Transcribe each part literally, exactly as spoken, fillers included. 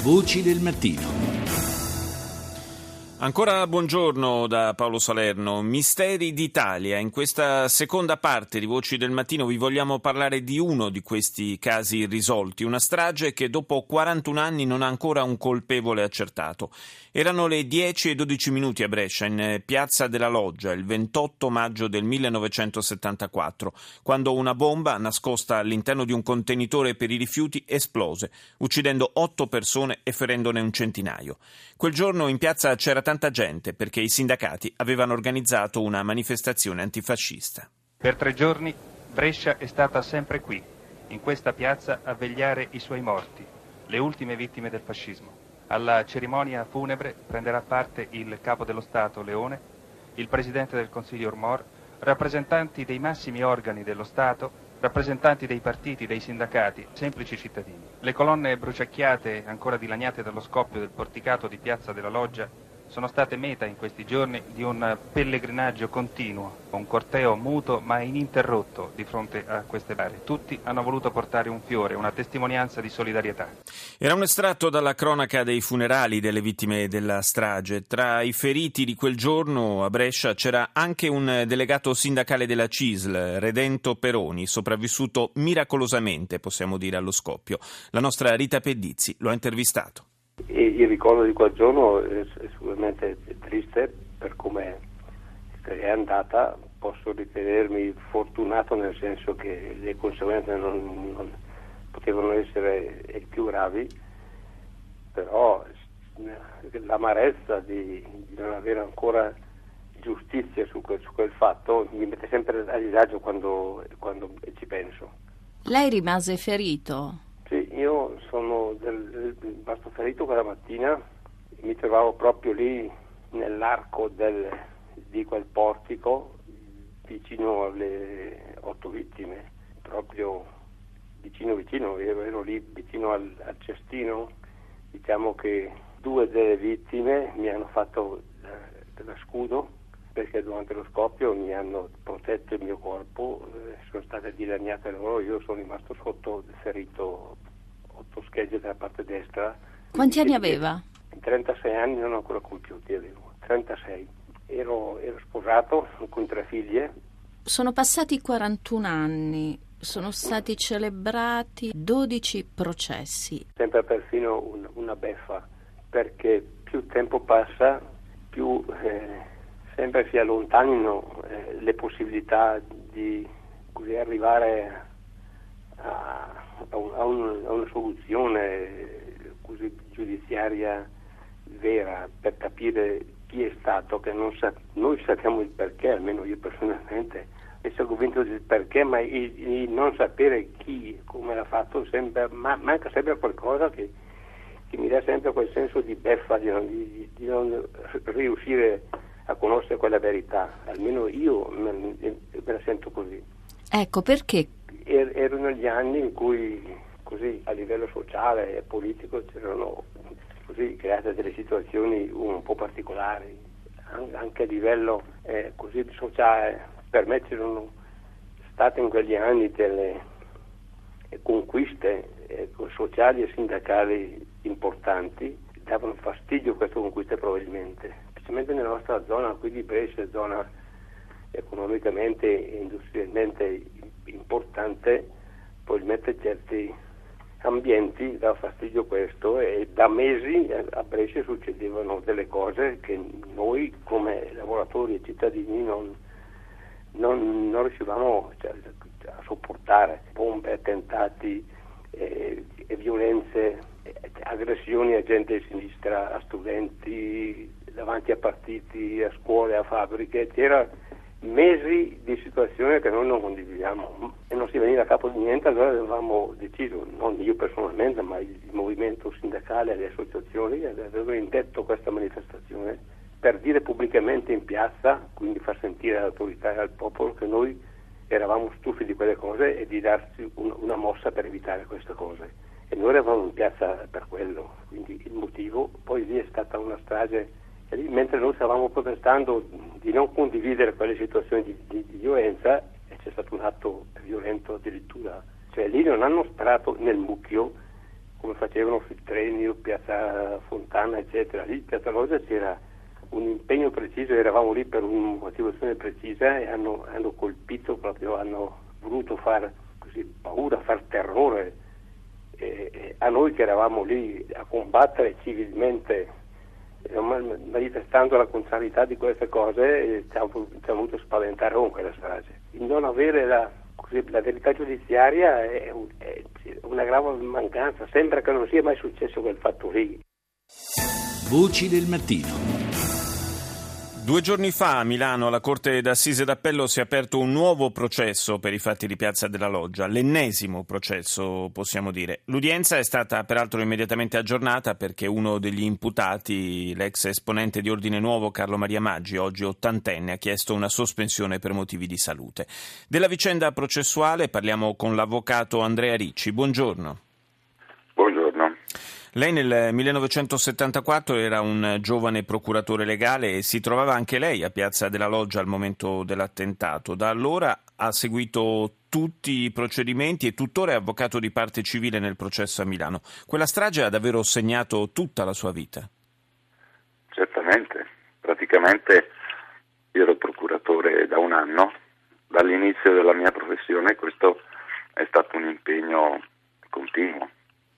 Voci del mattino. Ancora buongiorno da Paolo Salerno. Misteri d'Italia. In questa seconda parte di Voci del Mattino vi vogliamo parlare di uno di questi casi irrisolti, una strage che dopo quarantuno anni non ha ancora un colpevole accertato. Erano le dieci e dodici minuti a Brescia, in Piazza della Loggia, il ventotto maggio del millenovecentosettantaquattro, quando una bomba nascosta all'interno di un contenitore per i rifiuti esplose, uccidendo otto persone e ferendone un centinaio. Quel giorno in piazza c'era tanta gente perché i sindacati avevano organizzato una manifestazione antifascista. Per tre giorni Brescia è stata sempre qui, in questa piazza, a vegliare i suoi morti, le ultime vittime del fascismo. Alla cerimonia funebre prenderà parte il Capo dello Stato Leone, il Presidente del Consiglio Ormor, rappresentanti dei massimi organi dello Stato, rappresentanti dei partiti, dei sindacati, semplici cittadini. Le colonne bruciacchiate, ancora dilaniate dallo scoppio del porticato di Piazza della Loggia, sono state meta in questi giorni di un pellegrinaggio continuo, un corteo muto ma ininterrotto di fronte a queste bare. Tutti hanno voluto portare un fiore, una testimonianza di solidarietà. Era un estratto dalla cronaca dei funerali delle vittime della strage. Tra i feriti di quel giorno a Brescia c'era anche un delegato sindacale della C I S L, Redento Peroni, sopravvissuto miracolosamente, possiamo dire, allo scoppio. La nostra Rita Pedizzi lo ha intervistato. E il ricordo di quel giorno è sicuramente triste per come è andata. Posso ritenermi fortunato nel senso che le conseguenze non, non potevano essere più gravi, però l'amarezza di, di non avere ancora giustizia su quel, su quel fatto mi mette sempre a disagio quando, quando ci penso. Lei rimase ferito? Sì, io sono del, rimasto ferito quella mattina, mi trovavo proprio lì nell'arco del, di quel portico, vicino alle otto vittime, proprio vicino vicino, ero, ero lì vicino al, al cestino. Diciamo che due delle vittime mi hanno fatto dello scudo, perché durante lo scoppio mi hanno protetto il mio corpo, eh, sono state dilaniate loro, io sono rimasto sotto ferito, otto schegge dalla parte destra. Quanti anni aveva? trentasei anni, non ho ancora compiuti, avevo trentasei. Ero, ero sposato con tre figlie. Sono passati quarantuno anni, sono stati celebrati dodici processi. Sembra perfino un, una beffa, perché più tempo passa, più eh, sempre si allontanino eh, le possibilità di così arrivare a, a, un, a, un, a una soluzione così giudiziaria vera, per capire chi è stato, che non sa, noi sappiamo il perché, almeno io personalmente, e sono convinto del perché, ma il, il non sapere chi, come l'ha fatto, sembra, ma, manca sempre qualcosa che, che mi dà sempre quel senso di beffa, di non, di, di non riuscire a conoscere quella verità, almeno io me, me la sento così. Ecco, perché? Er, erano gli anni in cui così a livello sociale e politico c'erano così create delle situazioni un po' particolari, anche a livello eh, così sociale. Per me c'erano state in quegli anni delle conquiste eh, sociali e sindacali importanti, davano fastidio queste conquiste probabilmente, specialmente nella nostra zona qui di Brescia, zona economicamente e industrialmente importante. Probabilmente certi ambienti dava fastidio questo, e da mesi a Brescia succedevano delle cose che noi come lavoratori e cittadini non, non, non riuscivamo cioè, a sopportare. Bombe, attentati eh, e violenze, eh, aggressioni a gente di sinistra, a studenti, davanti a partiti, a scuole, a fabbriche. C'era mesi di situazione che noi non condividiamo e non si veniva a capo di niente. Allora avevamo deciso, non io personalmente, ma il movimento sindacale e le associazioni, avevano indetto questa manifestazione per dire pubblicamente in piazza, quindi far sentire all'autorità e al popolo che noi eravamo stufi di quelle cose e di darci un, una mossa per evitare queste cose. E noi eravamo in piazza per quello, quindi il motivo. Poi lì è stata una strage. E lì, mentre noi stavamo protestando di non condividere quelle situazioni di, di, di violenza, e c'è stato un atto violento addirittura. Cioè lì non hanno sparato nel mucchio, come come facevano sui treni o Piazza Fontana eccetera. Lì in Piazza Loggia c'era un impegno preciso, eravamo lì per una motivazione precisa e hanno, hanno colpito proprio, hanno voluto far così paura, far terrore e, e a noi che eravamo lì a combattere civilmente, eh, manifestando la contrarietà di queste cose, e ci hanno, ci hanno voluto spaventare con quella strage. Il non avere la, così, la verità giudiziaria è, un, è una grave mancanza, sembra che non sia mai successo quel fatto lì. Voci del mattino. Due giorni fa a Milano alla Corte d'Assise d'Appello si è aperto un nuovo processo per i fatti di Piazza della Loggia, l'ennesimo processo possiamo dire. L'udienza è stata peraltro immediatamente aggiornata perché uno degli imputati, l'ex esponente di Ordine Nuovo Carlo Maria Maggi, oggi ottantenne, ha chiesto una sospensione per motivi di salute. Della vicenda processuale parliamo con l'avvocato Andrea Ricci. Buongiorno. Buongiorno. Lei nel millenovecentosettantaquattro era un giovane procuratore legale e si trovava anche lei a Piazza della Loggia al momento dell'attentato. Da allora ha seguito tutti i procedimenti e tuttora è avvocato di parte civile nel processo a Milano. Quella strage ha davvero segnato tutta la sua vita? Certamente. Praticamente io ero procuratore da un anno. Dall'inizio della mia professione questo è stato un impegno continuo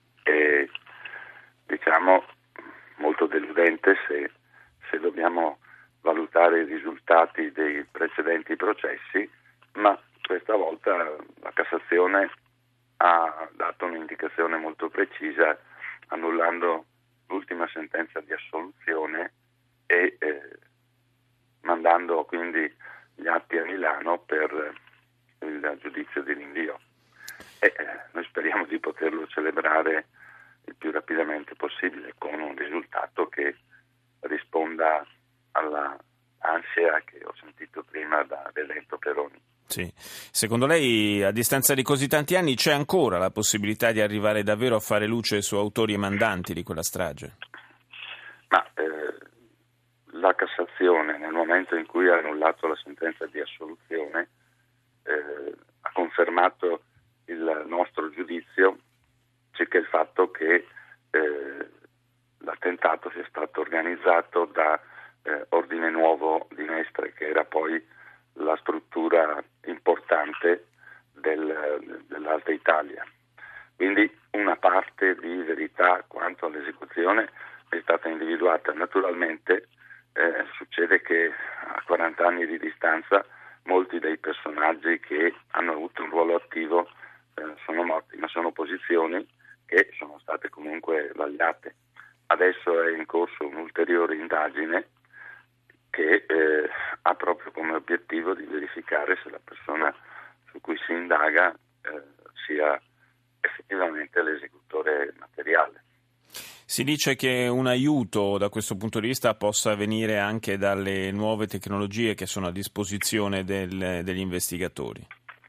e diciamo molto deludente se, se dobbiamo valutare i risultati dei precedenti processi, ma questa volta la Cassazione ha dato un'indicazione molto precisa annullando l'ultima sentenza di assoluzione e eh, mandando quindi gli atti a Milano per il giudizio di rinvio e eh, noi speriamo di poterlo celebrare il più rapidamente possibile con un risultato che risponda alla ansia che ho sentito prima dall'eletto Peroni. Sì. Secondo lei, a distanza di così tanti anni, c'è ancora la possibilità di arrivare davvero a fare luce su autori e mandanti di quella strage? Ma eh, la Cassazione, nel momento in cui ha annullato la sentenza di assoluzione, eh, ha confermato il nostro giudizio circa il fatto che eh, l'attentato sia stato organizzato da eh, Ordine Nuovo di Mestre, che era poi la struttura importante del, dell'Alta Italia. Quindi una parte di verità quanto all'esecuzione è stata individuata. Naturalmente eh, succede che a quaranta anni di distanza molti dei personaggi che hanno avuto un ruolo attivo eh, sono morti, ma sono posizioni che sono state comunque vagliate. Adesso è in corso un'ulteriore indagine che eh, ha proprio come obiettivo di verificare se la persona su cui si indaga eh, sia effettivamente l'esecutore materiale. Si dice che un aiuto da questo punto di vista possa venire anche dalle nuove tecnologie che sono a disposizione del, degli investigatori.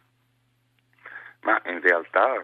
Ma in realtà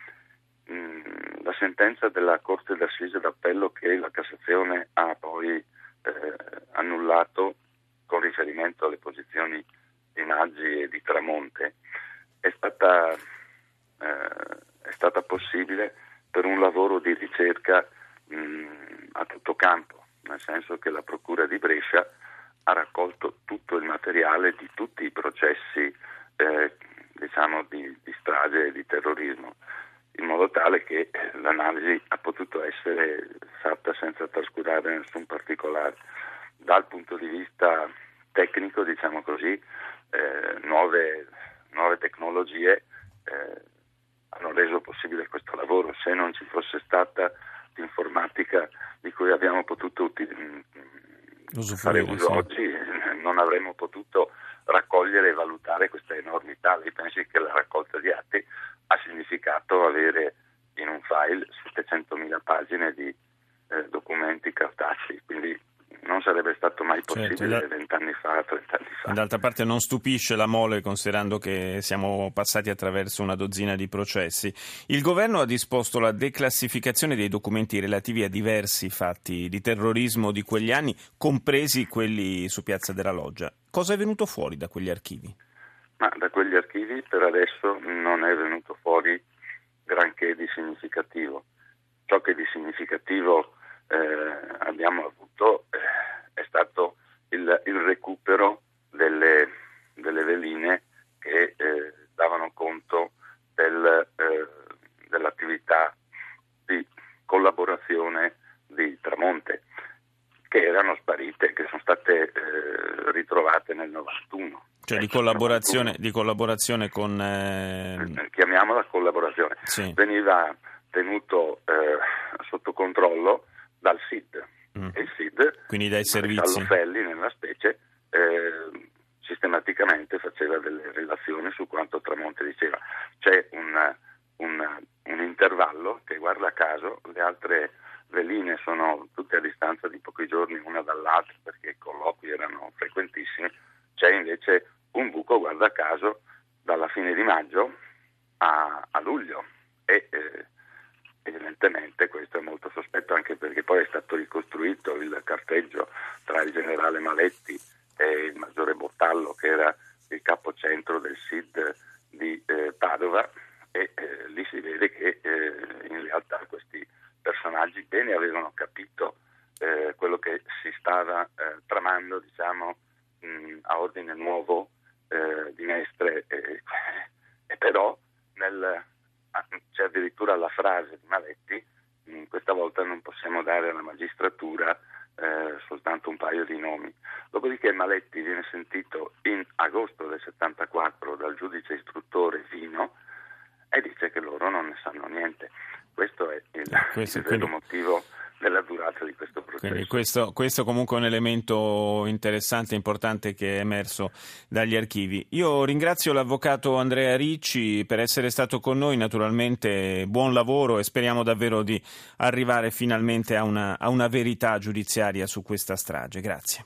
la sentenza della Corte d'Assise d'Appello che la Cassazione ha poi eh, annullato con riferimento alle posizioni di Maggi e di Tramonte è stata, eh, è stata possibile per un lavoro di ricerca mh, a tutto campo, nel senso che la Procura di Brescia ha raccolto tutto il materiale di tutti i processi eh, diciamo di, di strage e di terrorismo, in modo tale che l'analisi ha potuto essere fatta senza trascurare nessun particolare. Dal punto di vista tecnico, diciamo così, eh, nuove, nuove tecnologie eh, hanno reso possibile questo lavoro. Se non ci fosse stata l'informatica di cui abbiamo potuto util- fare uso sì. oggi, non avremmo potuto raccogliere e valutare questa enormità. Lei pensi che la raccolta di atti ha significato avere in un file settecentomila pagine di eh, documenti cartacei, quindi non sarebbe stato mai possibile certo, vent'anni fa, trent'anni fa. D'altra parte non stupisce la mole, considerando che siamo passati attraverso una dozzina di processi. Il governo ha disposto la declassificazione dei documenti relativi a diversi fatti di terrorismo di quegli anni, compresi quelli su Piazza della Loggia. Cosa è venuto fuori da quegli archivi? Ma da quegli archivi per adesso non è venuto fuori granché di significativo. ciò che di significativo eh, abbiamo avuto eh, è stato il, il recupero delle, delle veline che eh, davano conto del, eh, dell'attività di collaborazione di Tramonte, che erano sparite, che sono state eh, ritrovate nel novantuno. Cioè di collaborazione, di collaborazione con... Eh... Chiamiamola collaborazione. Sì. Veniva tenuto eh, sotto controllo dal S I D. Mm. E il S I D, quindi dai servizi. Felli, nella specie, eh, sistematicamente faceva delle relazioni su quanto Tramonte diceva. C'è un, un, un intervallo che, guarda caso, le altre veline sono tutte a distanza di pochi giorni una dall'altra, perché i colloqui erano frequentissimi. C'è invece un buco, guarda caso, dalla fine di maggio a, a luglio e eh, evidentemente questo è molto sospetto, anche perché poi è stato ricostruito il carteggio tra il generale Maletti e il maggiore Bottallo, che era il capocentro del S I D di eh, Padova, e eh, lì si vede che eh, in realtà questi personaggi bene avevano capito eh, quello che si stava eh, tramando, diciamo, mh, a ordine nuovo eh, di Mestre, e, e però nel, c'è addirittura la frase di Maletti: mh, questa volta non possiamo dare alla magistratura eh, soltanto un paio di nomi. Dopodiché Maletti viene sentito in agosto del settantaquattro dal giudice istruttore Vino e dice che loro non ne sanno niente. Questo è il, questo, il vero quindi... motivo della durata di questo processo. Quindi questo, questo comunque è un elemento interessante e importante che è emerso dagli archivi. Io ringrazio l'avvocato Andrea Ricci per essere stato con noi, naturalmente buon lavoro e speriamo davvero di arrivare finalmente a una, a una verità giudiziaria su questa strage. Grazie.